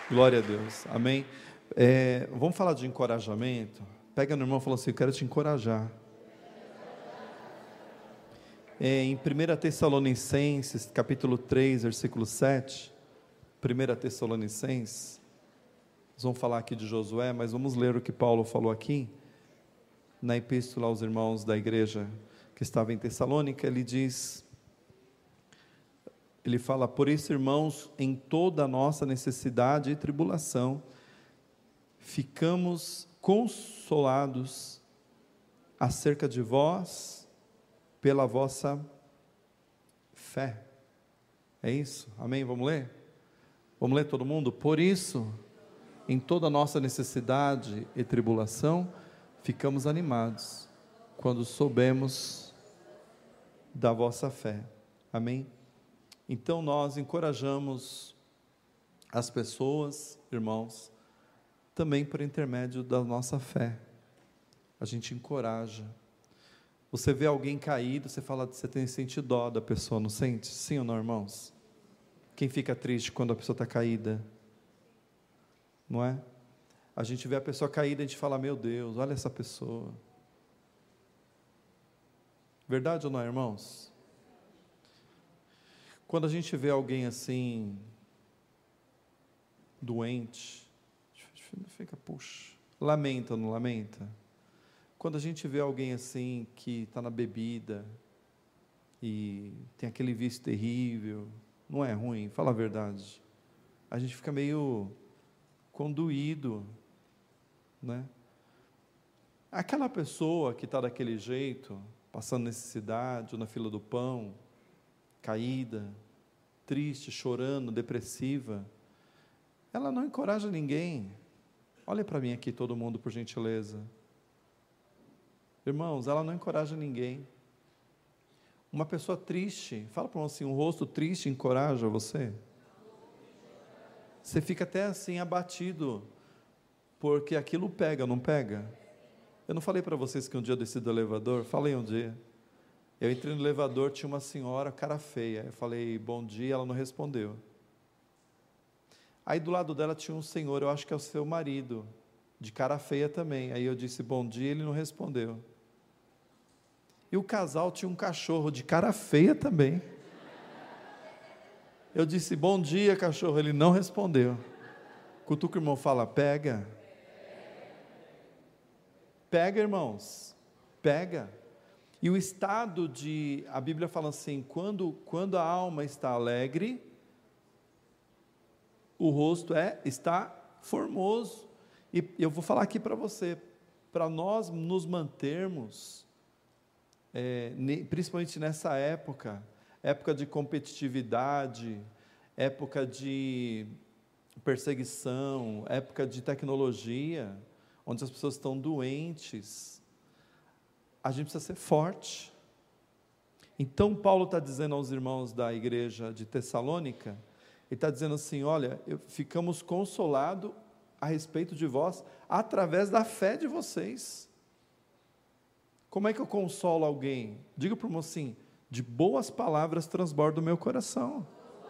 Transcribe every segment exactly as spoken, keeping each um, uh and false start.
Glória a Deus, amém. É, vamos falar de encorajamento. Pega no irmão e fala assim: eu quero te encorajar. É, em primeira Tessalonicenses, capítulo três, versículo sete, primeira Tessalonicenses, nós vamos falar aqui de Josué, mas vamos ler o que Paulo falou aqui, na epístola aos irmãos da igreja que estava em Tessalônica. Ele diz, ele fala: por isso, irmãos, em toda a nossa necessidade e tribulação, ficamos consolados acerca de vós, pela vossa fé. É isso? Amém? Vamos ler? Vamos ler todo mundo? Por isso, em toda a nossa necessidade e tribulação, ficamos animados, quando soubemos da vossa fé. Amém? Então nós encorajamos as pessoas, irmãos, também por intermédio da nossa fé. A gente encoraja. Você vê alguém caído, você fala, você tem sentido dó da pessoa, não sente? Sim ou não, irmãos? Quem fica triste quando a pessoa está caída? Não é? A gente vê a pessoa caída, a gente fala, meu Deus, olha essa pessoa. Verdade ou não, irmãos? Quando a gente vê alguém assim, doente, fica, puxa, lamenta ou não lamenta? Quando a gente vê alguém assim, que está na bebida, e tem aquele vício terrível, não é ruim? Fala a verdade. A gente fica meio condoído, né? Aquela pessoa que está daquele jeito, passando necessidade, ou na fila do pão, caída, triste, chorando, depressiva, ela não encoraja ninguém. Olha para mim aqui, todo mundo, por gentileza. Irmãos, ela não encoraja ninguém. Uma pessoa triste, fala para você assim, um rosto triste encoraja você? Você fica até assim abatido, porque aquilo pega, não pega? Eu não falei para vocês que um dia eu desci do elevador? Falei um dia. Eu entrei no elevador, tinha uma senhora, cara feia. Eu falei, bom dia, ela não respondeu. Aí do lado dela tinha um senhor, eu acho que é o seu marido, de cara feia também. Aí eu disse, bom dia, ele não respondeu. E o casal tinha um cachorro de cara feia também. Eu disse, bom dia, cachorro, ele não respondeu. Cutuca o irmão, fala, pega. Pega, irmãos, pega. E o estado de, a Bíblia fala assim, quando, quando a alma está alegre, o rosto é, está formoso. E eu vou falar aqui para você, para nós nos mantermos, é, principalmente nessa época, época de competitividade, época de perseguição, época de tecnologia, onde as pessoas estão doentes, a gente precisa ser forte. Então Paulo está dizendo aos irmãos da igreja de Tessalônica, ele está dizendo assim, olha, eu, ficamos consolados a respeito de vós, através da fé de vocês. Como é que eu consolo alguém? Diga para o irmão assim, de boas palavras transborda o meu coração.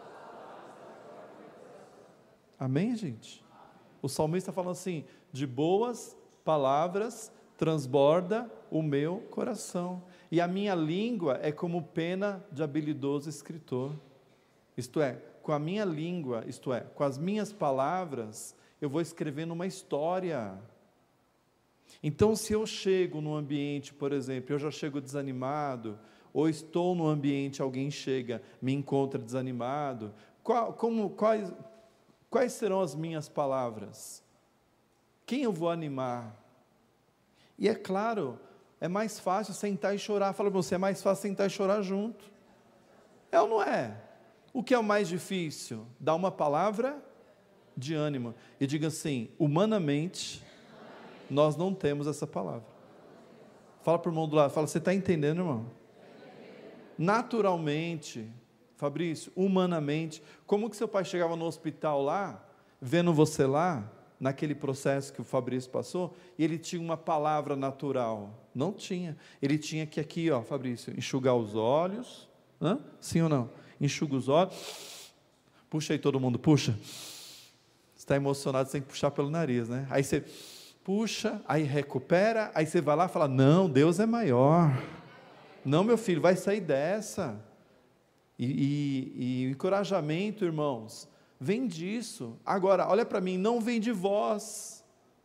Amém, gente? O salmista falando assim, de boas palavras transborda o meu coração, e a minha língua é como pena de habilidoso escritor. Isto é, com a minha língua, isto é, com as minhas palavras, eu vou escrevendo uma história. Então, se eu chego num ambiente, por exemplo, eu já chego desanimado, ou estou num ambiente, alguém chega, me encontra desanimado, qual, como, quais, quais serão as minhas palavras? Quem eu vou animar? E é claro, é mais fácil sentar e chorar. Fala para você, é mais fácil sentar e chorar junto. É ou não é? O que é o mais difícil? Dar uma palavra de ânimo. E diga assim, humanamente, nós não temos essa palavra. Fala para o irmão do lado, fala, você está entendendo, irmão? Naturalmente, Fabrício, humanamente, como que seu pai chegava no hospital lá, vendo você lá, naquele processo que o Fabrício passou, e ele tinha uma palavra natural? Não tinha. Ele tinha que aqui, ó, Fabrício, enxugar os olhos, hã? Sim ou não? Enxuga os olhos, puxa aí todo mundo, puxa. está emocionado, você tem que puxar pelo nariz, né? Aí você puxa, aí recupera, aí você vai lá e fala, não, Deus é maior. Não, meu filho, vai sair dessa. E, e, e o encorajamento, irmãos, vem disso. Agora, olha para mim, não vem de vós.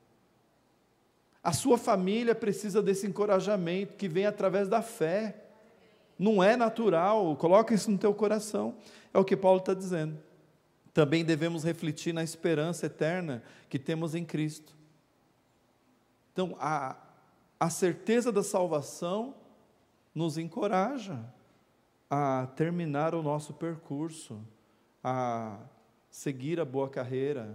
A sua família precisa desse encorajamento que vem através da fé. Não é natural, coloca isso no teu coração. É o que Paulo está dizendo. Também devemos refletir na esperança eterna que temos em Cristo. Então, a, a certeza da salvação nos encoraja a terminar o nosso percurso, a seguir a boa carreira,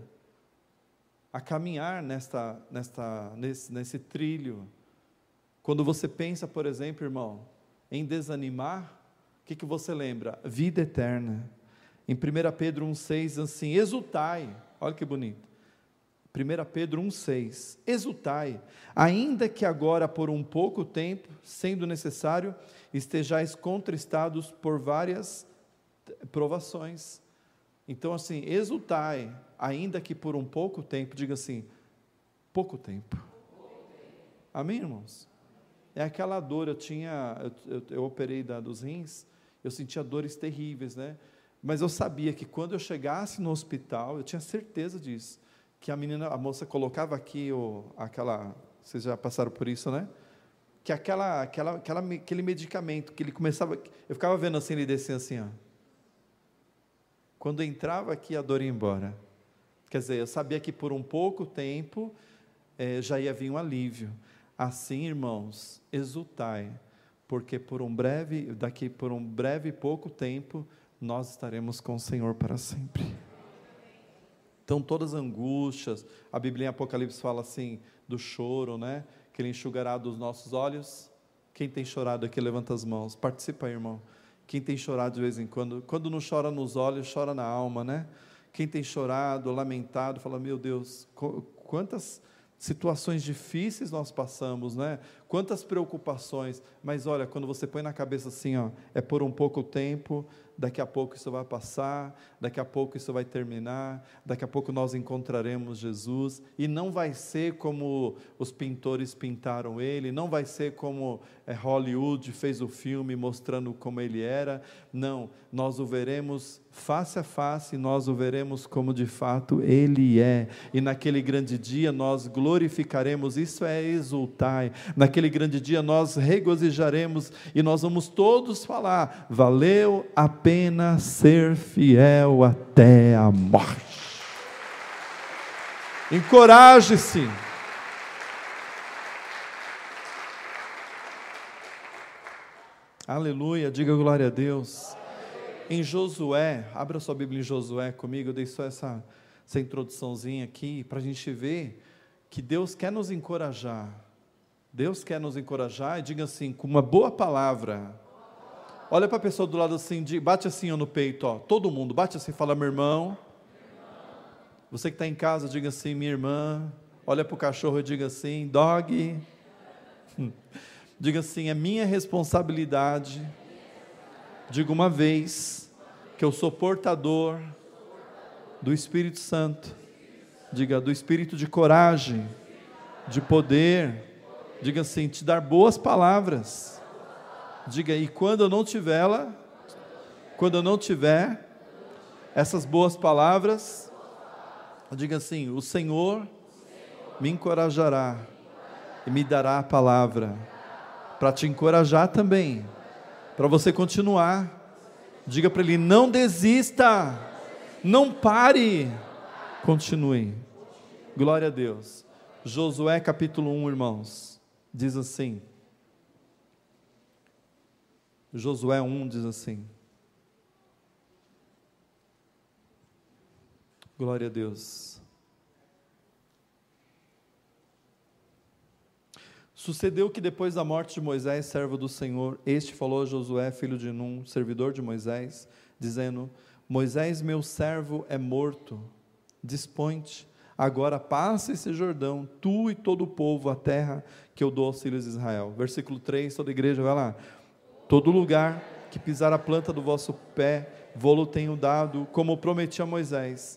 a caminhar nesta, nesta, nesse, nesse trilho. Quando você pensa, por exemplo, irmão, em desanimar, o que, que você lembra? Vida eterna. Em primeira Pedro um seis, assim, exultai, olha que bonito, primeira Pedro um seis, exultai, ainda que agora por um pouco tempo, sendo necessário, estejais contristados por várias provações. Então assim, exultai, ainda que por um pouco tempo, diga assim, pouco tempo. Amém, irmãos? É aquela dor, eu tinha, eu, eu, eu operei da, dos rins, eu sentia dores terríveis, né? Mas eu sabia que quando eu chegasse no hospital, eu tinha certeza disso, que a menina, a moça colocava aqui, o, aquela, vocês já passaram por isso, né? Que aquela, aquela, aquela, aquele medicamento, que ele começava, eu ficava vendo assim, ele descia assim, ó. Quando entrava aqui, a dor ia embora. Quer dizer, eu sabia que por um pouco tempo, é, já ia vir um alívio. Assim, irmãos, exultai, porque por um breve, daqui por um breve e pouco tempo, nós estaremos com o Senhor para sempre. Então, todas as angústias, a Bíblia em Apocalipse fala assim, do choro, né? Que Ele enxugará dos nossos olhos. Quem tem chorado aqui, levanta as mãos, participa aí, irmão. Quem tem chorado de vez em quando, quando não chora nos olhos, chora na alma, né? Quem tem chorado, lamentado, fala, meu Deus, quantas situações difíceis nós passamos, né? Quantas preocupações, mas olha, quando você põe na cabeça assim, ó, é por um pouco tempo, daqui a pouco isso vai passar, daqui a pouco isso vai terminar, daqui a pouco nós encontraremos Jesus, e não vai ser como os pintores pintaram Ele, não vai ser como é, Hollywood fez o filme mostrando como Ele era, não, nós o veremos face a face, nós o veremos como de fato Ele é, e naquele grande dia nós glorificaremos, isso é exultai, naquele grande dia nós regozijaremos, e nós vamos todos falar, valeu a pena ser fiel até a morte. Encoraje-se. Aleluia, diga glória a Deus. Em Josué, abra sua Bíblia em Josué comigo, eu dei só essa, essa introduçãozinha aqui, para a gente ver que Deus quer nos encorajar, Deus quer nos encorajar, e diga assim, com uma boa palavra, olha para a pessoa do lado assim, bate assim ó, no peito, ó, todo mundo, bate assim, fala, meu irmão, você que está em casa, diga assim, minha irmã, olha para o cachorro e diga assim, dog, diga assim, é minha responsabilidade, diga uma vez, que eu sou portador do Espírito Santo, diga, do Espírito de coragem, de poder, diga assim, te dar boas palavras, diga, e quando eu não tiver ela, quando eu não tiver essas boas palavras, diga assim, o Senhor me encorajará e me dará a palavra, para te encorajar também, para você continuar, diga para ele, não desista, não pare, continue, glória a Deus. Josué capítulo um, irmãos, diz assim, Josué um diz assim, glória a Deus. Sucedeu que depois da morte de Moisés, servo do Senhor, este falou a Josué, filho de Num, servidor de Moisés, dizendo, Moisés, meu servo, é morto, dispõe-te, agora passa esse Jordão, tu e todo o povo, a terra que eu dou aos filhos de Israel. Versículo três, toda a igreja, vai lá. Todo lugar que pisar a planta do vosso pé, vô-lo tenho dado, como prometi a Moisés.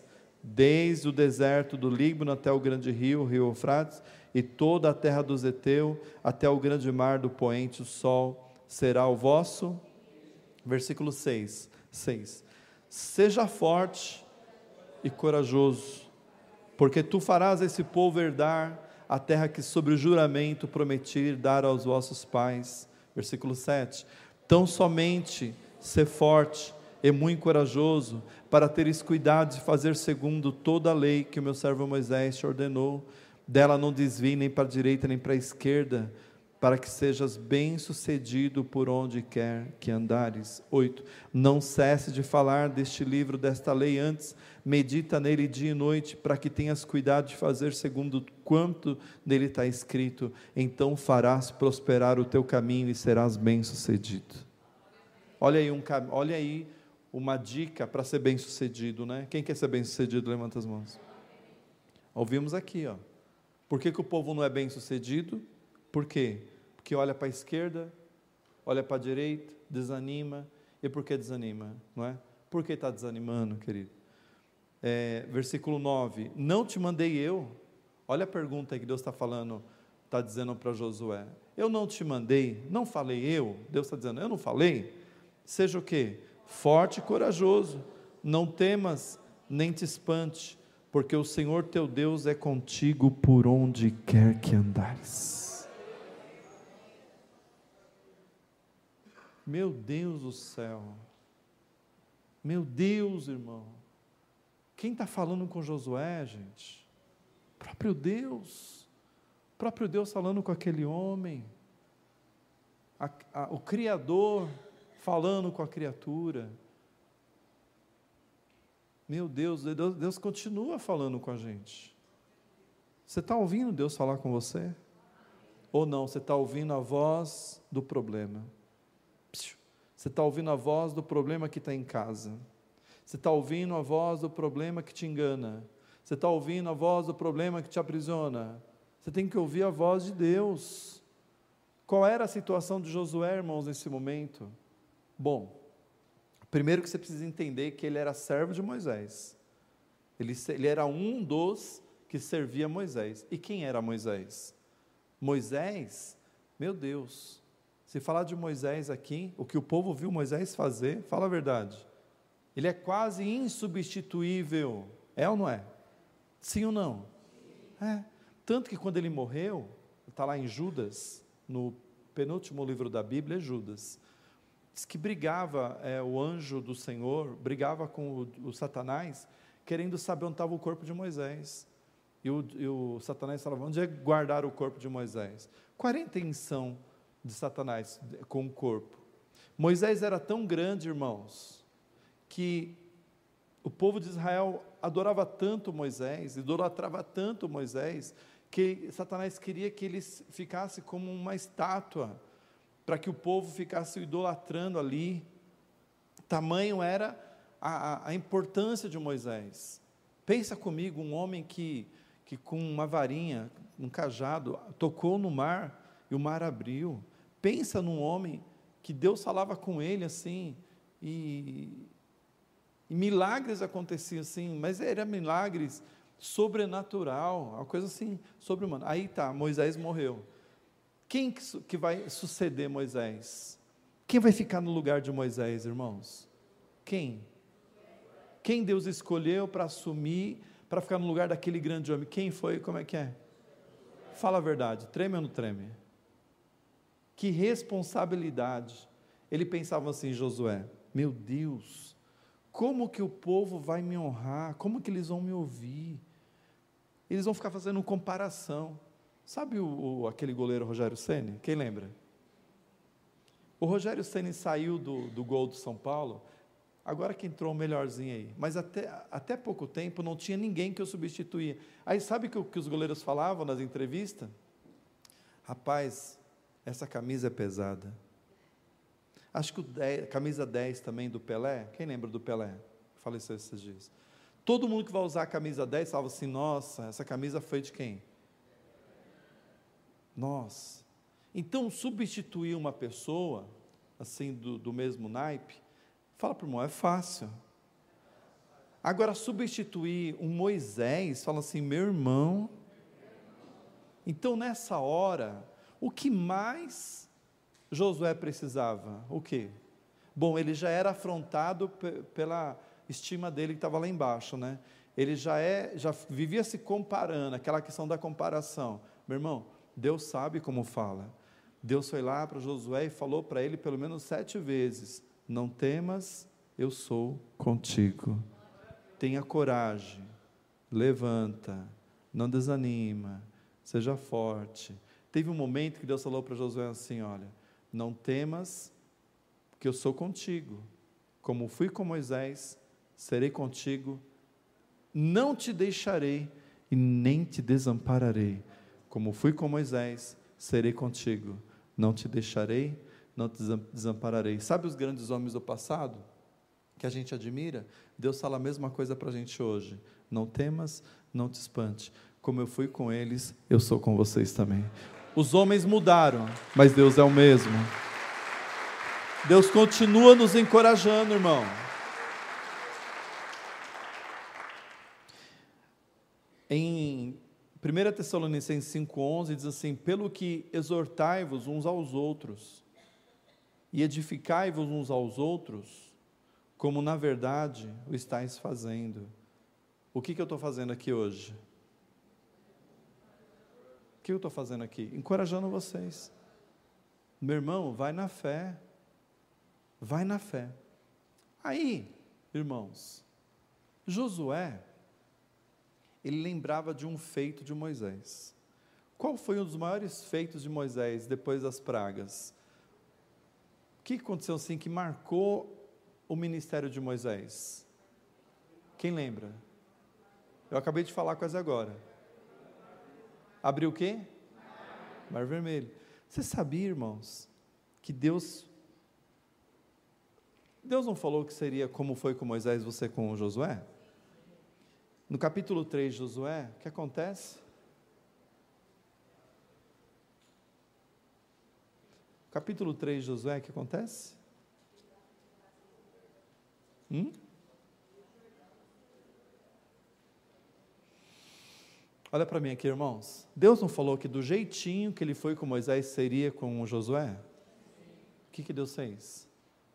desde o deserto do Líbano até o grande rio, o rio Eufrates, e toda a terra dos heteus, até o grande mar do poente, o sol será o vosso. Versículo seis, seis. Seja forte e corajoso, porque tu farás esse povo herdar a terra que sobre o juramento prometi dar aos vossos pais. Versículo sete. Tão somente ser forte e muito corajoso, para teres cuidado de fazer segundo toda a lei que o meu servo Moisés te ordenou. Dela não desvie nem para a direita nem para a esquerda, para que sejas bem-sucedido por onde quer que andares. oito. Não cesse de falar deste livro, desta lei, antes medita nele dia e noite, para que tenhas cuidado de fazer segundo quanto nele está escrito, então farás prosperar o teu caminho e serás bem-sucedido. Olha aí, um, olha aí uma dica para ser bem-sucedido, né? Quem quer ser bem-sucedido, levanta as mãos. Ouvimos aqui, ó. Por que que o povo não é bem-sucedido? Por quê? Porque olha para a esquerda, olha para a direita, desanima. E por que desanima? Não é? Por que está desanimando, querido? É, versículo nove. Não te mandei eu? Olha a pergunta aí que Deus está falando, está dizendo para Josué. Eu não te mandei? Não falei eu? Deus está dizendo, eu não falei? Seja o quê? Forte e corajoso. Não temas, nem te espante, porque o Senhor teu Deus é contigo por onde quer que andares. Meu Deus do céu, meu Deus, irmão, quem está falando com Josué, gente? O próprio Deus, o próprio Deus falando com aquele homem, a, a, o Criador falando com a criatura. Meu Deus, Deus, Deus continua falando com a gente. Você está ouvindo Deus falar com você? Ou não, você está ouvindo a voz do problema? Você está ouvindo a voz do problema que está em casa. Você está ouvindo a voz do problema que te engana. Você está ouvindo a voz do problema que te aprisiona. Você tem que ouvir a voz de Deus. Qual era a situação de Josué, irmãos, nesse momento? Bom, primeiro que você precisa entender que ele era servo de Moisés. Ele, ele era um dos que servia Moisés. E quem era Moisés? Moisés, meu Deus, se falar de Moisés aqui, o que o povo viu Moisés fazer, fala a verdade, ele é quase insubstituível, é ou não é? Sim ou não? É, tanto que quando ele morreu, está lá em Judas, no penúltimo livro da Bíblia, é Judas, diz que brigava, é, o anjo do Senhor, brigava com o, o Satanás, querendo saber onde estava o corpo de Moisés, e o, e o Satanás falava, onde é guardar o corpo de Moisés? Qual era a intenção de Satanás com o corpo? Moisés era tão grande, irmãos, que o povo de Israel adorava tanto Moisés, idolatrava tanto Moisés, que Satanás queria que ele ficasse como uma estátua, para que o povo ficasse idolatrando ali. Tamanho era a, a, a importância de Moisés. Pensa comigo, um homem que, que com uma varinha, um cajado, tocou no mar, e o mar abriu. Pensa num homem que Deus falava com ele assim, e, e milagres aconteciam assim, mas eram milagres sobrenatural, uma coisa assim, sobre-humana. Aí tá, Moisés morreu. Quem que, que vai suceder Moisés? Quem vai ficar no lugar de Moisés, irmãos? Quem? Quem Deus escolheu para assumir, para ficar no lugar daquele grande homem? Quem foi? Como é que é? Fala a verdade, treme ou não treme? Que responsabilidade. Ele pensava assim, Josué, meu Deus, como que o povo vai me honrar? Como que eles vão me ouvir? Eles vão ficar fazendo comparação. Sabe o, o, aquele goleiro Rogério Ceni? Quem lembra? O Rogério Ceni saiu do, do gol do São Paulo, agora que entrou o melhorzinho aí, mas até, até pouco tempo não tinha ninguém que o substituía. Aí sabe o que, que os goleiros falavam nas entrevistas? Rapaz, essa camisa é pesada. Acho que o dez, camisa dez também do Pelé, quem lembra do Pelé? Faleceu esses dias. Todo mundo que vai usar a camisa dez fala assim, nossa, essa camisa foi de quem? Nossa. Então, substituir uma pessoa, assim, do, do mesmo naipe, fala para o irmão, é fácil. Agora, substituir um Moisés, fala assim, meu irmão. Então, nessa hora, o que mais Josué precisava? O quê? Bom, ele já era afrontado p- pela estima dele que estava lá embaixo, né? Ele já, é, já vivia se comparando, aquela questão da comparação. Meu irmão, Deus sabe como fala. Deus foi lá para Josué e falou para ele pelo menos sete vezes, não temas, eu sou contigo. Tenha coragem, levanta, não desanima, seja forte. Teve um momento que Deus falou para Josué assim, olha, não temas, porque eu sou contigo. Como fui com Moisés, serei contigo, não te deixarei e nem te desampararei. Como fui com Moisés, serei contigo, não te deixarei, não te desampararei. Sabe os grandes homens do passado, que a gente admira? Deus fala a mesma coisa para a gente hoje, não temas, não te espante, como eu fui com eles, eu sou com vocês também. Os homens mudaram, mas Deus é o mesmo. Deus continua nos encorajando, irmão. Em primeira Tessalonicenses cinco, onze, diz assim, pelo que exortai-vos uns aos outros, e edificai-vos uns aos outros, como na verdade o estáis fazendo. O que, que eu estou fazendo aqui hoje? O que eu estou fazendo aqui? Encorajando vocês. Meu irmão, vai na fé. Vai na fé. Aí, irmãos, Josué, ele lembrava de um feito de Moisés. Qual foi um dos maiores feitos de Moisés depois das pragas? O que aconteceu assim que marcou o ministério de Moisés? Quem lembra? Eu acabei de falar quase agora. Abriu o quê? Mar Vermelho. Você sabia, irmãos, que Deus... Deus não falou que seria como foi com Moisés, você com Josué? No capítulo três de Josué, o que acontece? Capítulo três de Josué, o que acontece? Hum? Olha para mim aqui, irmãos. Deus não falou que do jeitinho que ele foi com Moisés seria com Josué? O que, que Deus fez?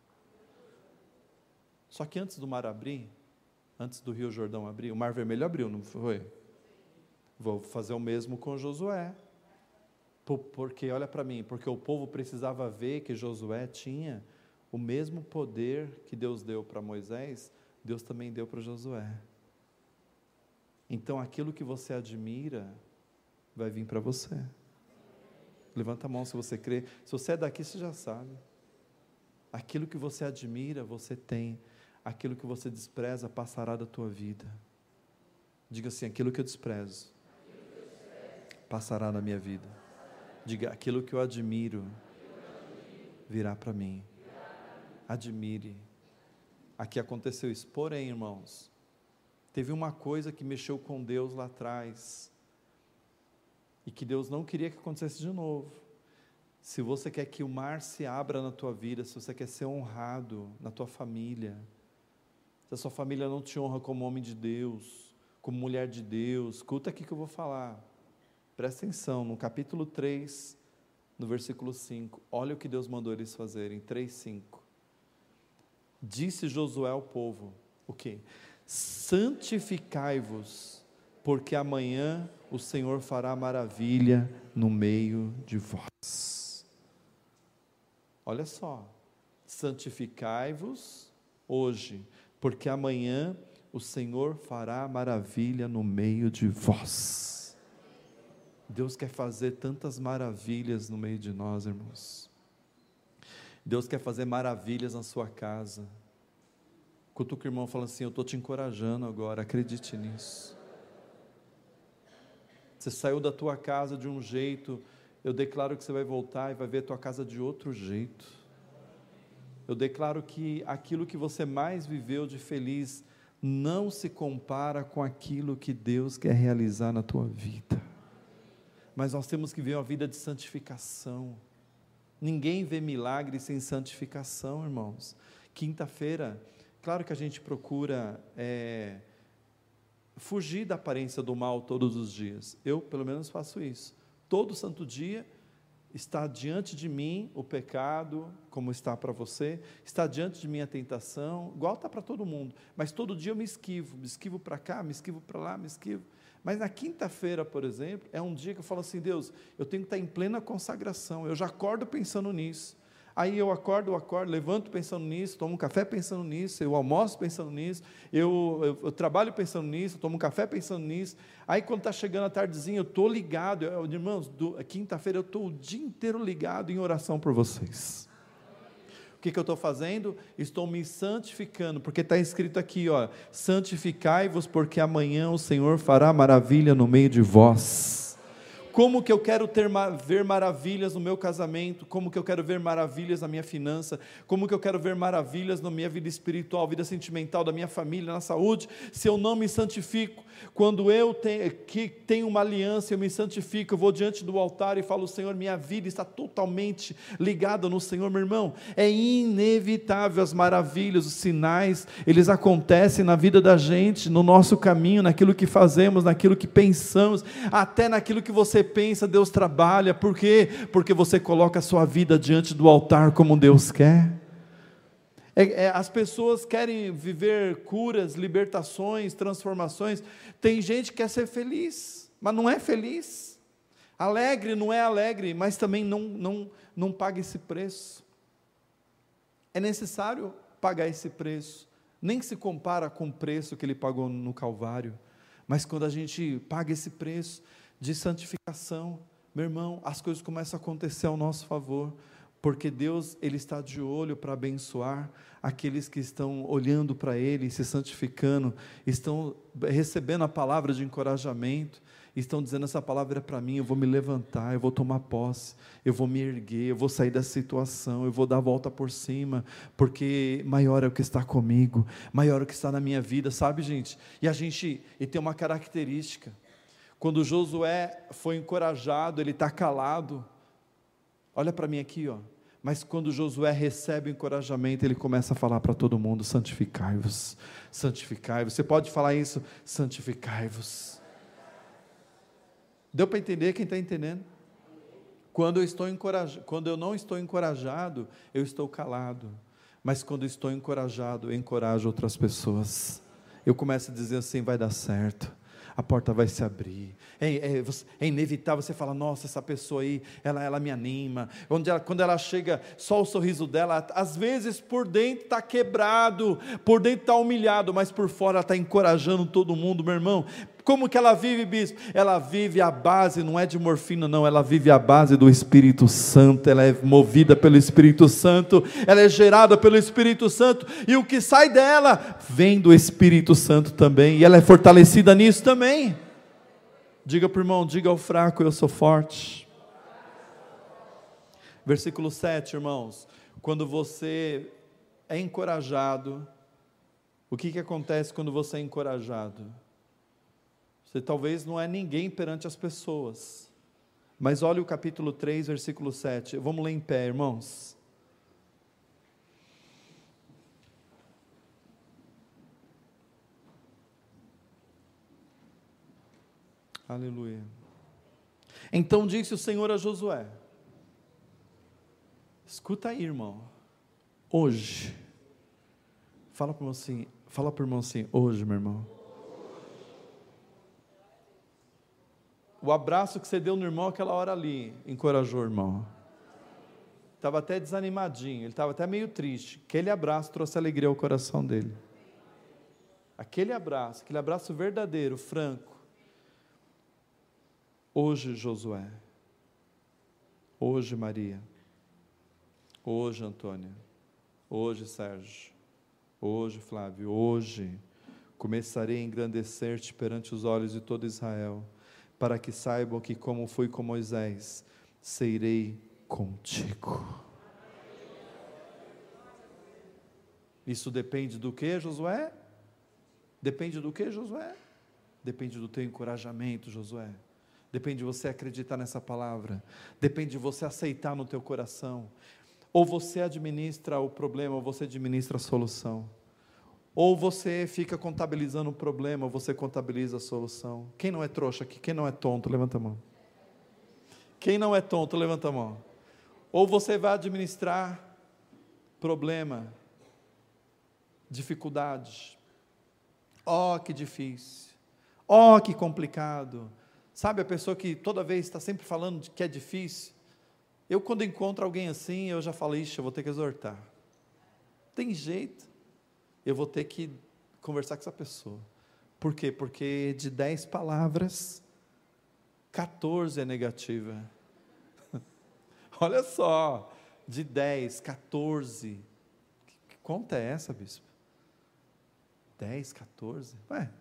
Só que antes do mar abrir, antes do rio Jordão abrir, o mar vermelho abriu, não foi? Vou fazer o mesmo com Josué. Porque, olha para mim, porque o povo precisava ver que Josué tinha o mesmo poder que Deus deu para Moisés, Deus também deu para Josué. Então, aquilo que você admira, vai vir para você. Levanta a mão se você crê. Se você é daqui, você já sabe. Aquilo que você admira, você tem. Aquilo que você despreza, passará da tua vida. Diga assim, aquilo que eu desprezo, passará na minha vida. Diga, aquilo que eu admiro, virá para mim. Admire. Aqui aconteceu isso. Porém, irmãos, teve uma coisa que mexeu com Deus lá atrás, e que Deus não queria que acontecesse de novo. Se você quer que o mar se abra na tua vida, se você quer ser honrado na tua família, se a sua família não te honra como homem de Deus, como mulher de Deus, escuta aqui que eu vou falar, presta atenção, no capítulo três, no versículo cinco, olha o que Deus mandou eles fazerem, três, cinco, disse Josué ao povo, o quê? Santificai-vos, porque amanhã o Senhor fará maravilha no meio de vós. Olha só, santificai-vos hoje, porque amanhã o Senhor fará maravilha no meio de vós. Deus quer fazer tantas maravilhas no meio de nós, irmãos. Deus quer fazer maravilhas na sua casa. Cutuca o irmão e fala assim, eu estou te encorajando agora, acredite nisso. Você saiu da tua casa de um jeito, eu declaro que você vai voltar e vai ver a tua casa de outro jeito. Eu declaro que aquilo que você mais viveu de feliz, não se compara com aquilo que Deus quer realizar na tua vida. Mas nós temos que ver uma vida de santificação. Ninguém vê milagre sem santificação, irmãos. Quinta-feira, claro que a gente procura é, fugir da aparência do mal todos os dias. Eu, pelo menos, faço isso. Todo santo dia está diante de mim o pecado, como está para você, está diante de mim a tentação, igual está para todo mundo, mas todo dia eu me esquivo, me esquivo para cá, me esquivo para lá, me esquivo. Mas na quinta-feira, por exemplo, é um dia que eu falo assim, Deus, eu tenho que estar em plena consagração, eu já acordo pensando nisso. Aí eu acordo, eu acordo, levanto pensando nisso, tomo um café pensando nisso, eu almoço pensando nisso, eu, eu, eu trabalho pensando nisso, tomo um café pensando nisso. Aí quando está chegando a tardezinha, eu estou ligado, eu, irmãos, quinta-feira eu estou o dia inteiro ligado em oração por vocês. O que, que eu estou fazendo? Estou me santificando, porque está escrito aqui, ó, santificai-vos, porque amanhã o Senhor fará maravilha no meio de vós. Como que eu quero ter, ver maravilhas no meu casamento, como que eu quero ver maravilhas na minha finança, como que eu quero ver maravilhas na minha vida espiritual, vida sentimental, da minha família, na saúde, se eu não me santifico. Quando eu tenho, que tenho uma aliança, eu me santifico, eu vou diante do altar e falo, Senhor, minha vida está totalmente ligada no Senhor, meu irmão, é inevitável, as maravilhas, os sinais, eles acontecem na vida da gente, no nosso caminho, naquilo que fazemos, naquilo que pensamos, até naquilo que você pensa, Deus trabalha. Por quê? Porque você coloca a sua vida diante do altar como Deus quer. É, é, as pessoas querem viver curas, libertações, transformações. Tem gente que quer ser feliz, mas não é feliz. Alegre não é alegre, mas também não, não, não paga esse preço. É necessário pagar esse preço. Nem se compara com o preço que ele pagou no Calvário. Mas quando a gente paga esse preço de santificação, meu irmão, as coisas começam a acontecer ao nosso favor, porque Deus, Ele está de olho para abençoar aqueles que estão olhando para Ele, se santificando, estão recebendo a palavra de encorajamento, estão dizendo, essa palavra é para mim, eu vou me levantar, eu vou tomar posse, eu vou me erguer, eu vou sair dessa situação, eu vou dar a volta por cima, porque maior é o que está comigo, maior é o que está na minha vida, sabe, gente? E a gente, e tem uma característica, quando Josué foi encorajado, ele está calado, olha para mim aqui, ó. Mas quando Josué recebe o encorajamento, ele começa a falar para todo mundo, santificai-vos, santificai-vos, você pode falar isso, santificai-vos, deu para entender? Quem está entendendo? Quando eu, estou encorajado, quando eu não estou encorajado, eu estou calado, mas quando estou encorajado, eu encorajo outras pessoas, eu começo a dizer assim, vai dar certo, a porta vai se abrir, é, é, é inevitável, você fala, nossa, essa pessoa aí, ela, ela me anima, onde ela, quando ela chega, só o sorriso dela, às vezes por dentro está quebrado, por dentro está humilhado, mas por fora ela está encorajando todo mundo, meu irmão. Como que ela vive, bispo? Ela vive a base, não é de morfina não, ela vive a base do Espírito Santo, ela é movida pelo Espírito Santo, ela é gerada pelo Espírito Santo, e o que sai dela, vem do Espírito Santo também, e ela é fortalecida nisso também. Diga para o irmão, diga ao fraco, eu sou forte. Versículo sete, irmãos, quando você é encorajado, o que que acontece quando você é encorajado? Você talvez não é ninguém perante as pessoas, mas olha o capítulo três, versículo sete, vamos ler em pé, irmãos. Aleluia. Então disse o Senhor a Josué, escuta aí, irmão, hoje, fala para o irmão assim, fala para o irmão assim, hoje, meu irmão, o abraço que você deu no irmão aquela hora ali, encorajou o irmão, estava até desanimadinho, ele estava até meio triste, aquele abraço trouxe alegria ao coração dele, aquele abraço, aquele abraço verdadeiro, franco. Hoje, Josué, hoje, Maria, hoje, Antônia, hoje, Sérgio, hoje, Flávio, hoje, começarei a engrandecer-te perante os olhos de todo Israel, para que saibam que como fui com Moisés, serei contigo. Isso depende do que, Josué? Depende do que, Josué? Depende do teu encorajamento, Josué. Depende de você acreditar nessa palavra, depende de você aceitar no teu coração, ou você administra o problema, ou você administra a solução. Ou você fica contabilizando o problema, ou você contabiliza a solução. Quem não é trouxa aqui? Quem não é tonto? Levanta a mão. Quem não é tonto? Levanta a mão. Ou você vai administrar problema, dificuldade. Oh, que difícil. Oh, que complicado. Sabe a pessoa que toda vez está sempre falando de que é difícil? Eu, quando encontro alguém assim, eu já falo, ixi, eu vou ter que exortar. Tem jeito. Eu vou ter que conversar com essa pessoa. Por quê? Porque de dez palavras, quatorze é negativa. Olha só, de dez, quatorze. Que conta é essa, bispo? dez, quatorze? Ué.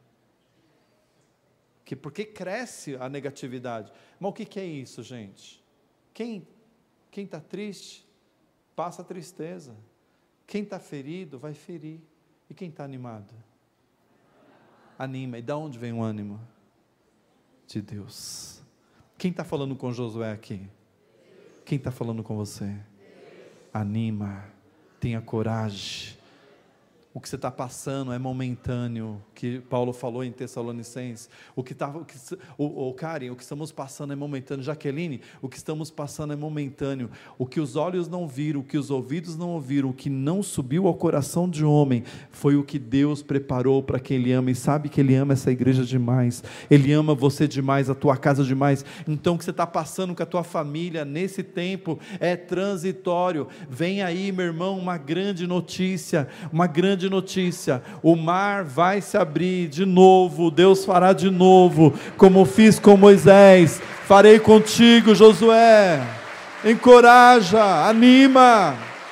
Que, por que cresce a negatividade? Mas o que, que é isso, gente? Quem quem está triste, passa tristeza. Quem está ferido, vai ferir. E quem está animado? Anima. E de onde vem o ânimo? De Deus. Quem está falando com Josué aqui? Quem está falando com você? Anima. Tenha coragem. O que você está passando é momentâneo, que Paulo falou em Tessalonicenses. O que está, o, que, o, o Karen, o que estamos passando é momentâneo. Jaqueline, o que estamos passando é momentâneo. O que os olhos não viram, o que os ouvidos não ouviram, o que não subiu ao coração de homem, foi o que Deus preparou para quem Ele ama. E sabe que Ele ama essa igreja demais. Ele ama você demais, a tua casa demais. Então o que você está passando com a tua família nesse tempo é transitório. Vem aí, meu irmão, uma grande notícia, uma grande notícia, o mar vai se abrir de novo, Deus fará de novo, como fiz com Moisés, farei contigo, Josué. Encoraja, anima,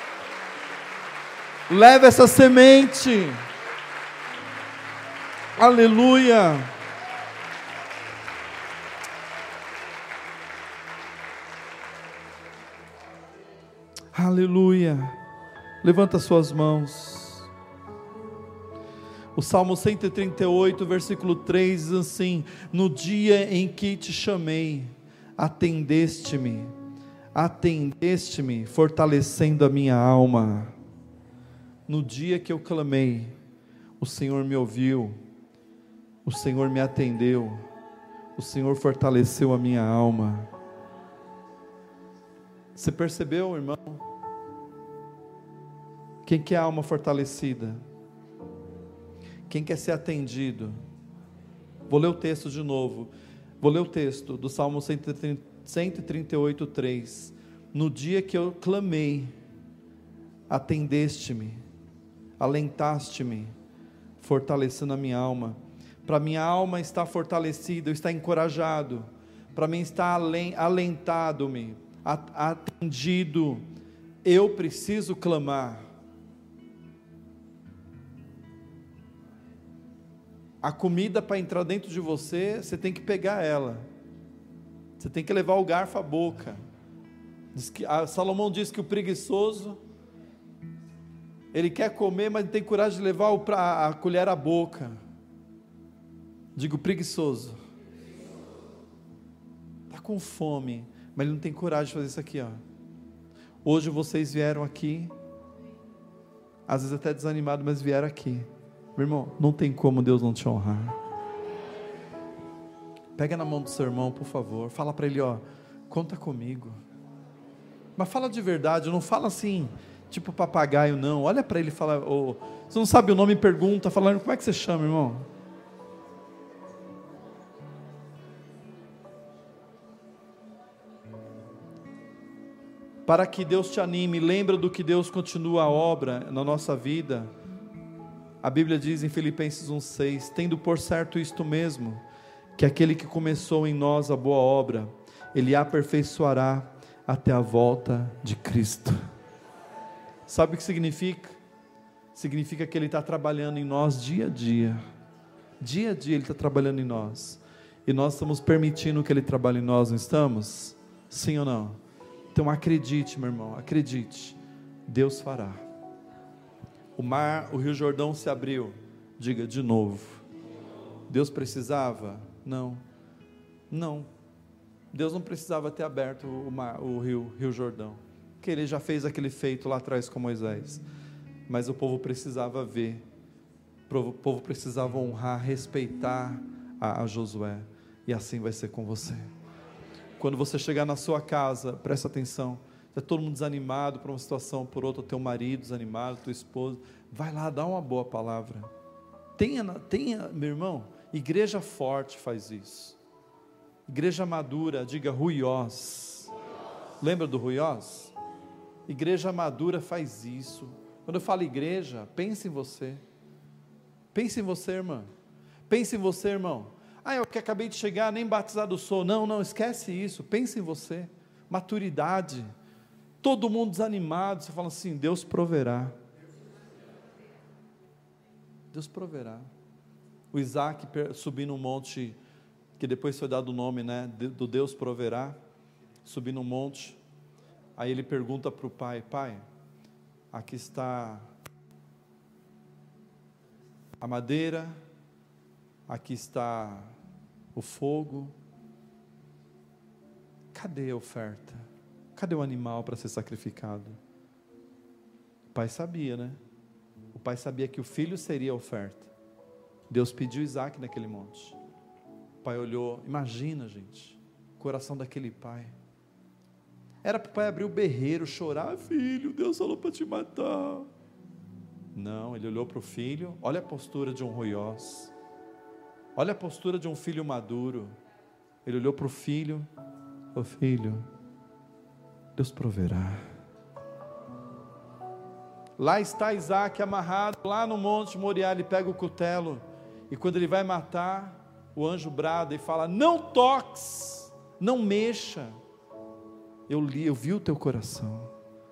leva essa semente, aleluia. Aleluia. Levanta suas mãos. O Salmo cento e trinta e oito, versículo três, diz assim: no dia em que te chamei, atendeste-me, atendeste-me, fortalecendo a minha alma. No dia que eu clamei, o Senhor me ouviu, o Senhor me atendeu, o Senhor fortaleceu a minha alma. Você percebeu, irmão? Quem quer a alma fortalecida? Quem quer ser atendido? Vou ler o texto de novo. Vou ler o texto do Salmo cento e trinta e oito, três. No dia que eu clamei, atendeste-me, alentaste-me, fortalecendo a minha alma. Para minha alma estar fortalecida, eu estar encorajado, para mim estar alentado-me, atendido, eu preciso clamar. A comida para entrar dentro de você, você tem que pegar ela, você tem que levar o garfo à boca. Diz que, a, Salomão diz que o preguiçoso, ele quer comer, mas não tem coragem de levar o, pra, a colher à boca. Digo, preguiçoso, está com fome, mas ele não tem coragem de fazer isso aqui, ó. Hoje vocês vieram aqui, às vezes até desanimados, mas vieram aqui. Meu irmão, não tem como Deus não te honrar. Pega na mão do seu irmão, por favor. Fala para ele, ó, conta comigo. Mas fala de verdade, não fala assim, tipo papagaio, não. Olha para ele e fala, oh, você não sabe o nome, pergunta, falando, como é que você chama, irmão? Para que Deus te anime, lembra do que Deus continua a obra na nossa vida. A Bíblia diz em Filipenses um, seis, tendo por certo isto mesmo, que aquele que começou em nós a boa obra, Ele a aperfeiçoará até a volta de Cristo. Sabe o que significa? Significa que Ele está trabalhando em nós dia a dia, dia a dia Ele está trabalhando em nós, e nós estamos permitindo que Ele trabalhe em nós, não estamos? Sim ou não? Então acredite, meu irmão, acredite, Deus fará. O mar, o Rio Jordão se abriu, diga de novo. Deus precisava? Não, não, Deus não precisava ter aberto o, mar, o rio, rio Jordão, porque Ele já fez aquele feito lá atrás com Moisés, mas o povo precisava ver povo precisava honrar, respeitar a, a Josué, e assim vai ser com você. Quando você chegar na sua casa, presta atenção, está todo mundo desanimado por uma situação, por outra, teu marido desanimado, tua esposa, vai lá, dá uma boa palavra, tenha, tenha, meu irmão, igreja forte faz isso, igreja madura, diga ruiós, lembra do ruiós? Igreja madura faz isso. Quando eu falo igreja, pense em você, pense em você, irmã, pense em você, irmão. Ah, eu que acabei de chegar, nem batizado sou. Não, não, esquece isso, pense em você, maturidade. Todo mundo desanimado, você fala assim, Deus proverá, Deus proverá. O Isaac subindo um monte, que depois foi dado o nome, né, do Deus proverá, subindo um monte, aí ele pergunta para o pai, pai, aqui está a madeira, aqui está o fogo, cadê a oferta? Cadê o animal para ser sacrificado? O pai sabia, né? O pai sabia que o filho seria a oferta. Deus pediu Isaac naquele monte. O pai olhou, imagina, gente, o coração daquele pai. Era para o pai abrir o berreiro, chorar, filho, Deus falou para te matar. Não, ele olhou para o filho, olha a postura de um ruiós, olha a postura de um filho maduro. Ele olhou para o filho, ô filho, Deus proverá. Lá está Isaac amarrado, lá no monte Moriá, ele pega o cutelo, e quando ele vai matar, o anjo brada e fala, não toques, não mexa, eu li, eu vi o teu coração.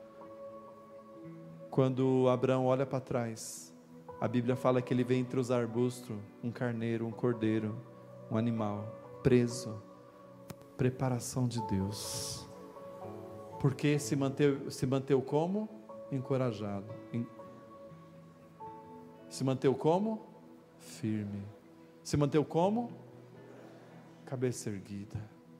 Quando Abraão olha para trás, a Bíblia fala que ele vê entre os arbustos, um carneiro, um cordeiro, um animal, preso, preparação de Deus, porque se manteve, se manteve como? Encorajado, se manteve como? Firme, se manteve como? Cabeça erguida.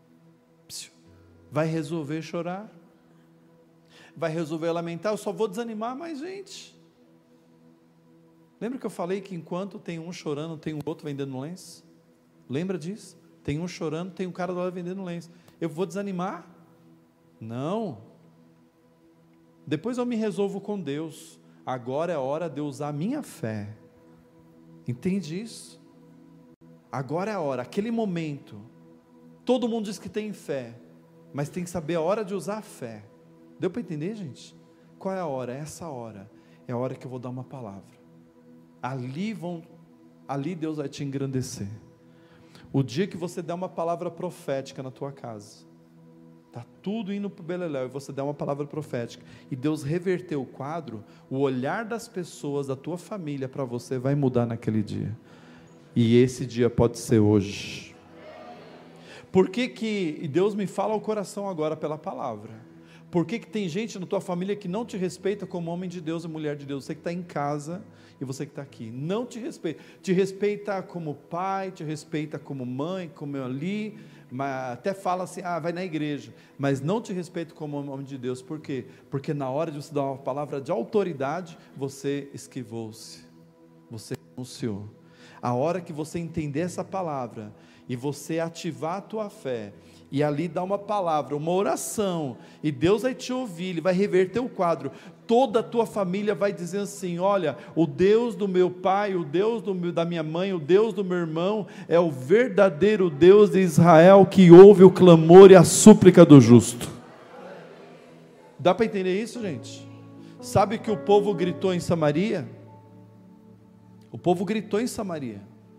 Vai resolver chorar? Vai resolver lamentar? Eu só vou desanimar mais gente. Lembra que eu falei que enquanto tem um chorando, tem um outro vendendo lenço? Lembra disso? Tem um chorando, tem um cara do lado vendendo lenço. Eu vou desanimar? Não. Depois eu me resolvo com Deus. Agora é hora de eu usar a minha fé. Entende isso? Agora é a hora, aquele momento. Todo mundo diz que tem fé, mas tem que saber a hora de usar a fé. Deu para entender, gente? Qual é a hora? É essa hora. É a hora que eu vou dar uma palavra. Ali vão, ali Deus vai te engrandecer. O dia que você der uma palavra profética na tua casa, está tudo indo para o beleléu, e você der uma palavra profética, e Deus reverter o quadro, o olhar das pessoas, da tua família para você vai mudar naquele dia. E esse dia pode ser hoje. Por que que, e Deus me fala ao coração agora pela palavra, por que que tem gente na tua família que não te respeita como homem de Deus e mulher de Deus? Você que está em casa e você que está aqui, não te respeita, te respeita como pai, te respeita como mãe, como eu ali, mas até fala assim, ah, vai na igreja, mas não te respeita como homem de Deus. Por quê? Porque na hora de você dar uma palavra de autoridade, você esquivou-se, você renunciou. A hora que você entender essa palavra, e você ativar a tua fé, e ali dar uma palavra, uma oração, e Deus vai te ouvir, Ele vai reverter o quadro, toda a tua família vai dizer assim, olha, o Deus do meu pai, o Deus do meu, da minha mãe, o Deus do meu irmão, é o verdadeiro Deus de Israel, que ouve o clamor e a súplica do justo. Dá para entender isso, gente? Sabe que o povo gritou em Samaria? O povo gritou em Samaria,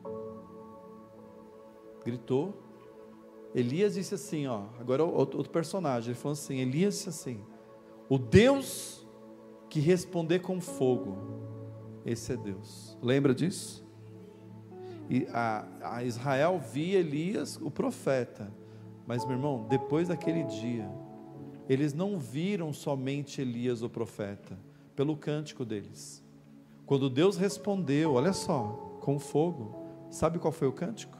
gritou. Elias disse assim, ó, agora outro personagem, ele falou assim, Elias disse assim, o Deus que responder com fogo, esse é Deus. Lembra disso? E a, a Israel via Elias, o profeta, mas meu irmão, depois daquele dia, eles não viram somente Elias o profeta, pelo cântico deles. Quando Deus respondeu, olha só, com fogo, sabe qual foi o cântico?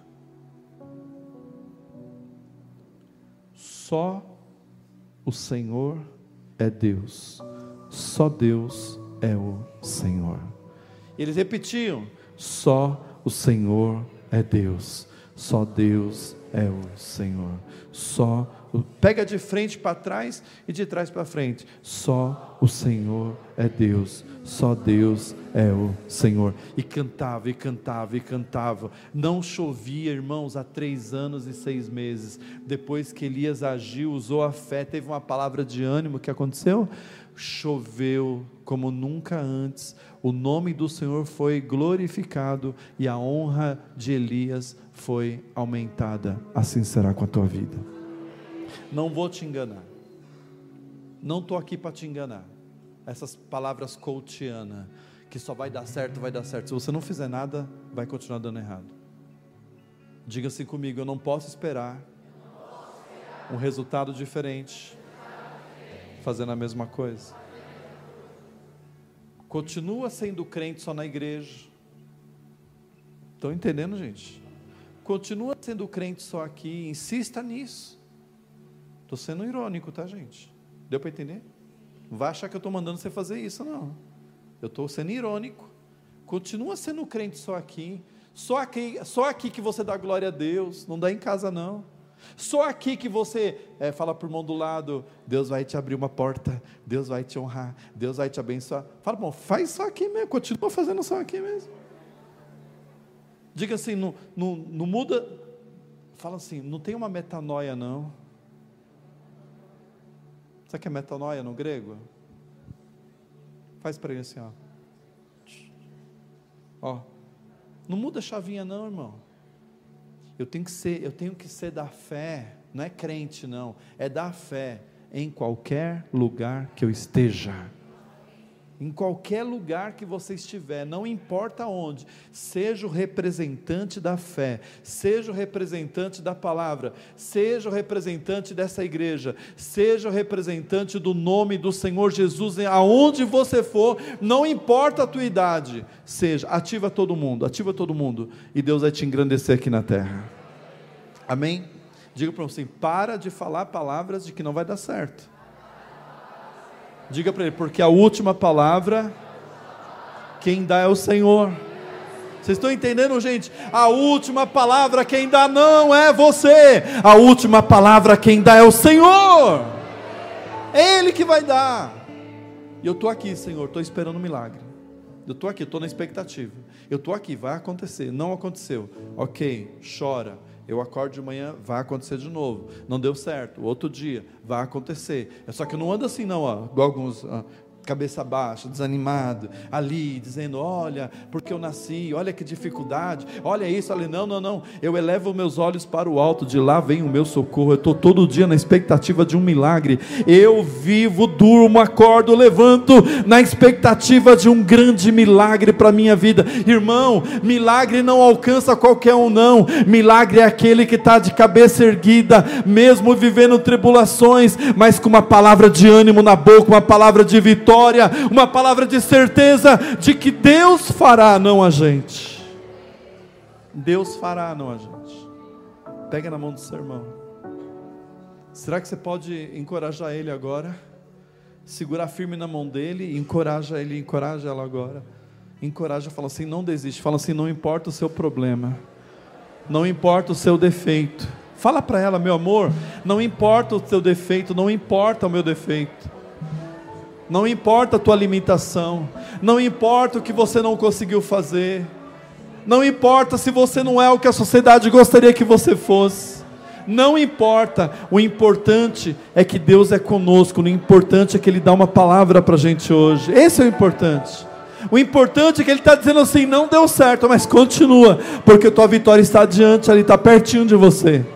Só o Senhor é Deus, só Deus é o Senhor. Eles repetiam, Só o Senhor é Deus, só Deus é o Senhor, só o... pega de frente para trás e de trás para frente, só o Senhor é Deus, só Deus é o Senhor. E cantava, e cantava, e cantava, não chovia, irmãos, há três anos e seis meses, depois que Elias agiu, usou a fé, teve uma palavra de ânimo, o que aconteceu? Choveu como nunca antes, o nome do Senhor foi glorificado, e a honra de Elias foi aumentada. Assim será com a tua vida. Não vou te enganar, não estou aqui para te enganar, essas palavras coachianas, que só vai dar certo, vai dar certo, se você não fizer nada, vai continuar dando errado. Diga assim comigo: eu não posso esperar um resultado diferente fazendo a mesma coisa. Continua sendo crente só na igreja. Estão entendendo, gente? Continua sendo crente só aqui, insista nisso. Estou sendo irônico, tá, gente? Deu para entender? Não vai achar que eu estou mandando você fazer isso, não. Eu estou sendo irônico. Continua sendo crente só aqui. Só aqui, só aqui que você dá glória a Deus. Não dá em casa, não. Só aqui que você é, fala para o irmão do lado: Deus vai te abrir uma porta, Deus vai te honrar, Deus vai te abençoar. Fala, irmão, faz só aqui mesmo, continua fazendo só aqui mesmo. Diga assim, não, não, não muda. Fala assim, não tem uma metanoia não. Sabe o que é metanoia no grego? Faz para ele assim, ó. Ó, não muda a chavinha não, irmão. Eu tenho que ser, eu tenho que ser da fé, não é crente não, é da fé, em qualquer lugar que eu esteja, em qualquer lugar que você estiver, não importa onde, seja o representante da fé, seja o representante da palavra, seja o representante dessa igreja, seja o representante do nome do Senhor Jesus, aonde você for, não importa a tua idade, seja, ativa todo mundo, ativa todo mundo, e Deus vai te engrandecer aqui na terra. Amém? Diga para você, para de falar palavras de que não vai dar certo. Diga para ele, porque a última palavra, quem dá é o Senhor. Vocês estão entendendo, gente? A última palavra quem dá não é você, a última palavra quem dá é o Senhor. É Ele que vai dar. E eu estou aqui, Senhor, estou esperando um milagre. Eu estou aqui, estou na expectativa. Eu estou aqui, vai acontecer. Não aconteceu, ok, chora. Eu acordo de manhã, vai acontecer de novo. Não deu certo, outro dia, vai acontecer. É só que eu não ando assim não, ó, igual alguns, ó, cabeça baixa, desanimado, ali, dizendo, olha, porque eu nasci, olha que dificuldade, olha isso, olha, não, não, não, eu elevo meus olhos para o alto, de lá vem o meu socorro, eu estou todo dia na expectativa de um milagre, eu vivo, durmo, acordo, levanto, na expectativa de um grande milagre para a minha vida. Irmão, milagre não alcança qualquer um não, milagre é aquele que está de cabeça erguida, mesmo vivendo tribulações, mas com uma palavra de ânimo na boca, uma palavra de vitória, uma palavra de certeza de que Deus fará, não a gente. Deus fará, não a gente. Pega na mão do seu irmão. Será que você pode encorajar ele agora? Segurar firme na mão dele, encoraja ele, encoraja ela agora. Encoraja, fala assim, não desiste. Fala assim, não importa o seu problema, não importa o seu defeito. Fala para ela, meu amor, não importa o seu defeito, não importa o meu defeito. Não importa a tua limitação, não importa o que você não conseguiu fazer, não importa se você não é o que a sociedade gostaria que você fosse, não importa, o importante é que Deus é conosco, o importante é que Ele dá uma palavra para a gente hoje, esse é o importante. O importante é que Ele está dizendo assim, não deu certo, mas continua, porque a tua vitória está adiante, Ele está pertinho de você.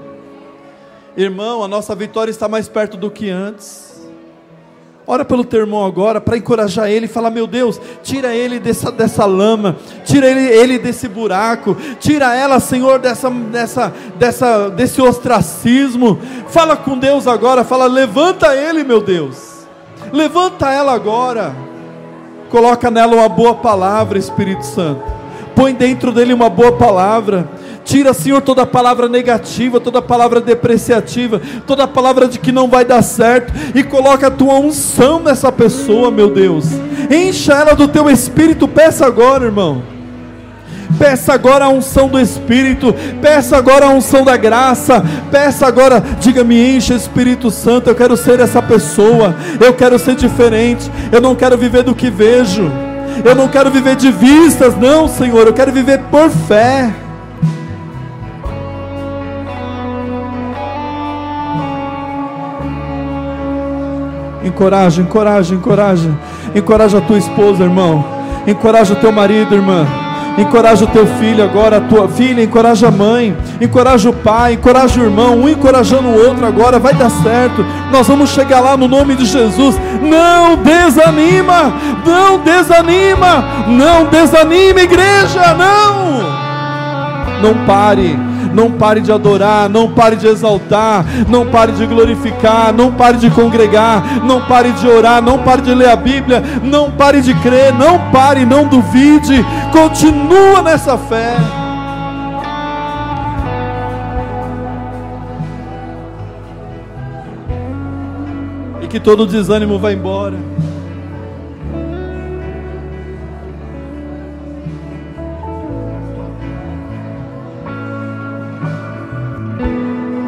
Irmão, a nossa vitória está mais perto do que antes. Ora pelo teu irmão agora, para encorajar ele, e falar, meu Deus, tira ele dessa, dessa lama, tira ele, ele desse buraco, tira ela, Senhor, dessa, dessa, dessa, desse ostracismo. Fala com Deus agora, fala, levanta ele, meu Deus, levanta ela agora, coloca nela uma boa palavra, Espírito Santo, põe dentro dele uma boa palavra. Tira, Senhor, toda palavra negativa, toda palavra depreciativa, toda palavra de que não vai dar certo, e coloca a tua unção nessa pessoa, meu Deus. Encha ela do teu Espírito, peça agora, irmão. Peça agora a unção do Espírito, peça agora a unção da graça, peça agora, diga: me enche, Espírito Santo, eu quero ser essa pessoa, eu quero ser diferente, eu não quero viver do que vejo, eu não quero viver de vistas, não, Senhor, eu quero viver por fé. Encoraja, encoraja, encoraja, encoraja a tua esposa, irmão, encoraja o teu marido, irmã, encoraja o teu filho agora, a tua filha, encoraja a mãe, encoraja o pai, encoraja o irmão, um encorajando o outro agora, vai dar certo, nós vamos chegar lá no nome de Jesus. Não desanima, não desanima, não desanima, igreja, não, não pare, não pare de adorar, não pare de exaltar, não pare de glorificar, não pare de congregar, não pare de orar, não pare de ler a Bíblia, não pare de crer, não pare, não duvide, continua nessa fé. E que todo desânimo vá embora.